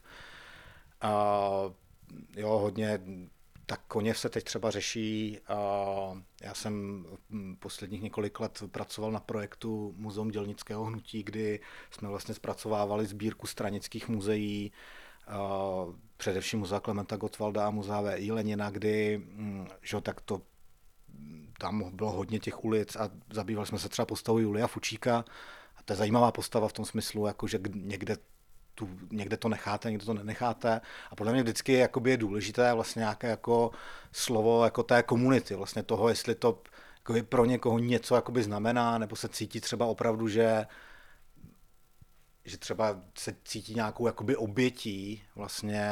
Speaker 3: Jo, hodně tak koně se teď třeba řeší. Já jsem posledních několik let pracoval na projektu Muzeum dělnického hnutí, kdy jsme vlastně zpracovávali sbírku stranických muzeí, především muzea Klementa Gottwalda a muzea V.I. Lenina, kdy že, tak to tam bylo hodně těch ulic a zabývali jsme se třeba postavou Julia Fučíka. A to je zajímavá postava v tom smyslu, jako že někde to necháte, někde to nenecháte. A podle mě vždycky je důležité vlastně nějaké jako slovo jako té komunity, vlastně toho, jestli to pro někoho něco jakoby znamená, nebo se cítí třeba opravdu, že třeba se cítí nějakou jakoby obětí vlastně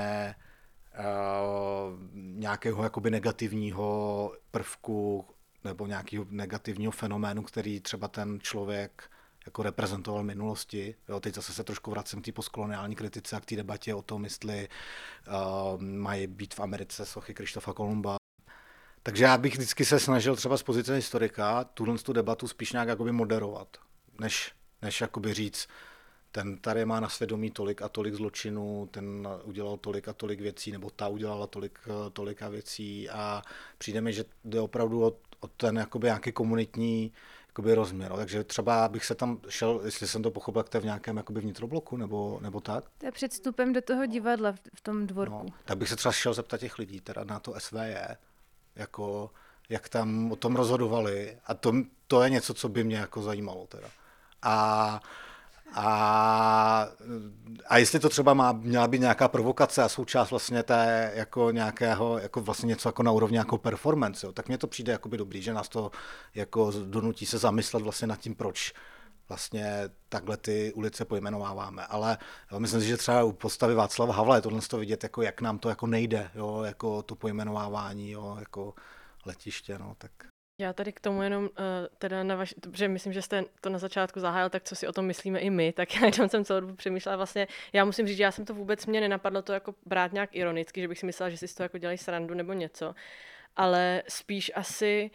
Speaker 3: nějakého jakoby negativního prvku nebo nějakého negativního fenoménu, který třeba ten člověk jako reprezentoval v minulosti. Jo, teď zase se trošku vracím k té postkoloniální kritice a k té debatě o tom, jestli mají být v Americe sochy Krištofa Kolumba. Takže já bych vždycky se snažil třeba z pozice historika tu debatu spíš nějak jakoby moderovat, než jakoby říct, ten tady má na svědomí tolik a tolik zločinů, ten udělal tolik a tolik věcí, nebo ta udělala tolika věcí a přijde mi, že jde opravdu o ten jakoby nějaký komunitní jakoby rozměr. Takže třeba bych se tam šel, jestli jsem to pochopil, tak v nějakém jakoby vnitrobloku, nebo tak?
Speaker 2: To je před vstupem do toho divadla v tom dvorku.
Speaker 3: No, tak bych se třeba šel zeptat těch lidí, teda na to SVJ, jako jak tam o tom rozhodovali a to je něco, co by mě jako zajímalo teda. A jestli to třeba měla být nějaká provokace a součást vlastně té jako nějakého, jako vlastně něco jako na úrovni jako performance, jo, tak mně to přijde jakoby dobrý, že nás to jako donutí se zamyslet vlastně nad tím, proč vlastně takhle ty ulice pojmenováváme. Ale myslím si, že třeba u postavy Václava Havla je tohle vidět, jako jak nám to jako nejde, jo, jako to pojmenovávání, jo, jako letiště, no, tak.
Speaker 5: Já tady k tomu jenom teda protože myslím, že jste to na začátku zahájil, tak co si o tom myslíme i my, tak já jenom jsem celou dobu přemýšlela vlastně, já musím říct, že já jsem to vůbec, mě nenapadlo to jako brát nějak ironicky, že bych si myslela, že si z toho jako dělají srandu nebo něco, ale spíš asi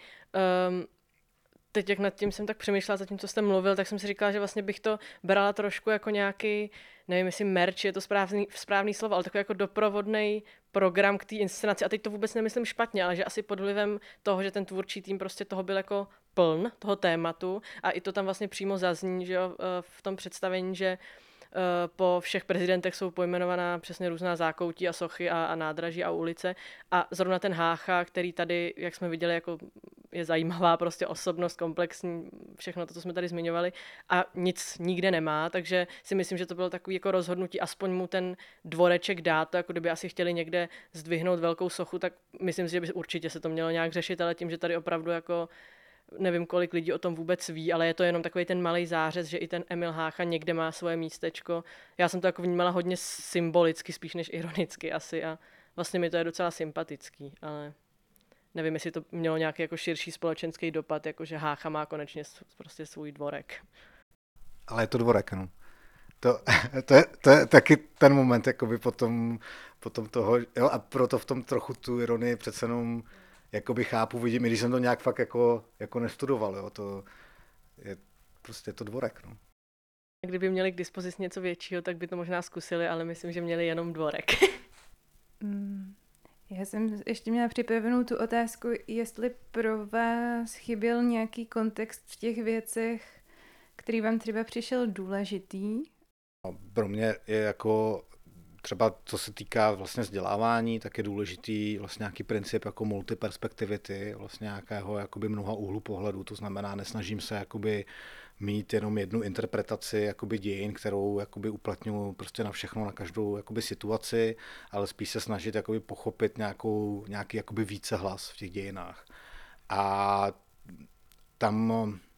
Speaker 5: teď, jak nad tím jsem tak přemýšlela, zatím, co jste mluvil, tak jsem si říkala, že vlastně bych to brala trošku jako nějaký, nevím, jestli merch je to správný slovo, ale takový jako doprovodný program k té inscenaci. A teď to vůbec nemyslím špatně, ale že asi pod vlivem toho, že ten tvůrčí tým prostě toho byl jako pln, toho tématu, a i to tam vlastně přímo zazní, že jo, v tom představení, že po všech prezidentech jsou pojmenovaná přesně různá zákoutí a sochy a nádraží a ulice. A zrovna ten Hácha, který tady, jak jsme viděli, jako je zajímavá prostě osobnost, komplexní, všechno to, co jsme tady zmiňovali, a nic nikde nemá, takže si myslím, že to bylo takový jako rozhodnutí, aspoň mu ten dvoreček dát, to jako kdyby asi chtěli někde zdvihnout velkou sochu, tak myslím si, že by určitě se to mělo nějak řešit, ale tím, že tady opravdu jako nevím, kolik lidí o tom vůbec ví, ale je to jenom takový ten malý zářez, že i ten Emil Hácha někde má svoje místečko. Já jsem to jako vnímala hodně symbolicky, spíš než ironicky asi, a vlastně mi to je docela sympatický, ale nevím, jestli to mělo nějaký jako širší společenský dopad, jako že Hácha má konečně prostě svůj dvorek.
Speaker 3: Ale je to dvorek, no. To je taky ten moment, jakoby potom toho, jo, a proto v tom trochu tu ironii přece jenom jakoby chápu, vidím, i když jsem to nějak fakt jako nestudoval, jo, to je prostě to dvorek, no.
Speaker 5: Kdyby měli k dispozici něco většího, tak by to možná zkusili, ale myslím, že měli jenom dvorek.
Speaker 2: Já jsem ještě měla připravenou tu otázku, jestli pro vás chyběl nějaký kontext v těch věcech, který vám třeba přišel důležitý?
Speaker 3: Pro mě je jako třeba co se týká vlastně vzdělávání, tak je důležitý vlastně nějaký princip jako multiperspektivity, vlastně nějakého jakoby mnoha úhlu pohledu, to znamená nesnažím se jakoby mít jenom jednu interpretaci jakoby dějin, kterou jakoby uplatňuji prostě na všechno, na každou jakoby situaci, ale spíš se snažit jakoby pochopit nějaký jakoby vícehlas v těch dějinách. A tam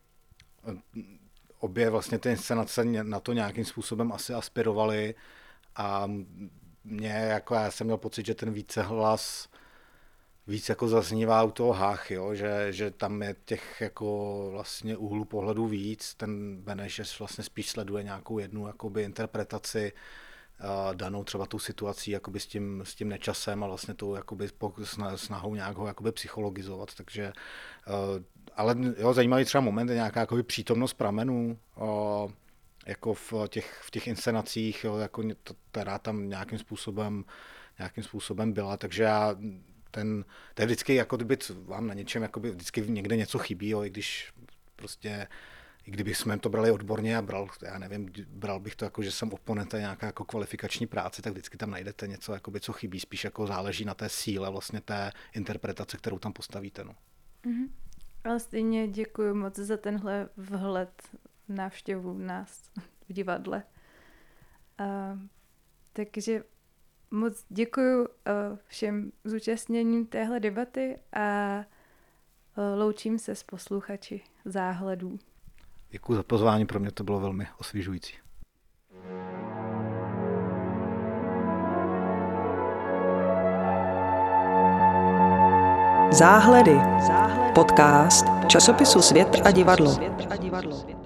Speaker 3: obě vlastně ty inscenace na to nějakým způsobem asi aspirovaly a já jsem měl pocit, že ten vícehlas víc jako zaznívá u toho Háchy, jo? Že tam je těch jako vlastně úhlů pohledu víc, ten Beneš vlastně spíš sleduje nějakou jednu jakoby interpretaci danou třeba tou situací jakoby s tím nečasem a vlastně tou jakoby snahou nějak ho jakoby psychologizovat, takže ale jo, zajímavý třeba moment je nějaká jakoby přítomnost pramenů, jako v těch inscenacích, jo, jako která tam nějakým způsobem byla, takže to je vždycky, jako kdyby vám na něčem, jakoby vždycky někde něco chybí, jo, i když prostě, i kdybychom to brali odborně a bral bych to jako, že jsem oponent a nějaká jako kvalifikační práce, tak vždycky tam najdete něco, jakoby, co chybí, spíš jako záleží na té síle vlastně té interpretace, kterou tam postavíte. No.
Speaker 2: Mm-hmm. Ale stejně děkuji moc za tenhle vhled, návštěvu nás v divadle. Takže moc děkuji všem zúčastněním téhle debaty a loučím se s posluchači Záhledů.
Speaker 3: Děkuji za pozvání, pro mě to bylo velmi osvěžující.
Speaker 1: Záhledy. Podcast časopisu Svět a divadlo.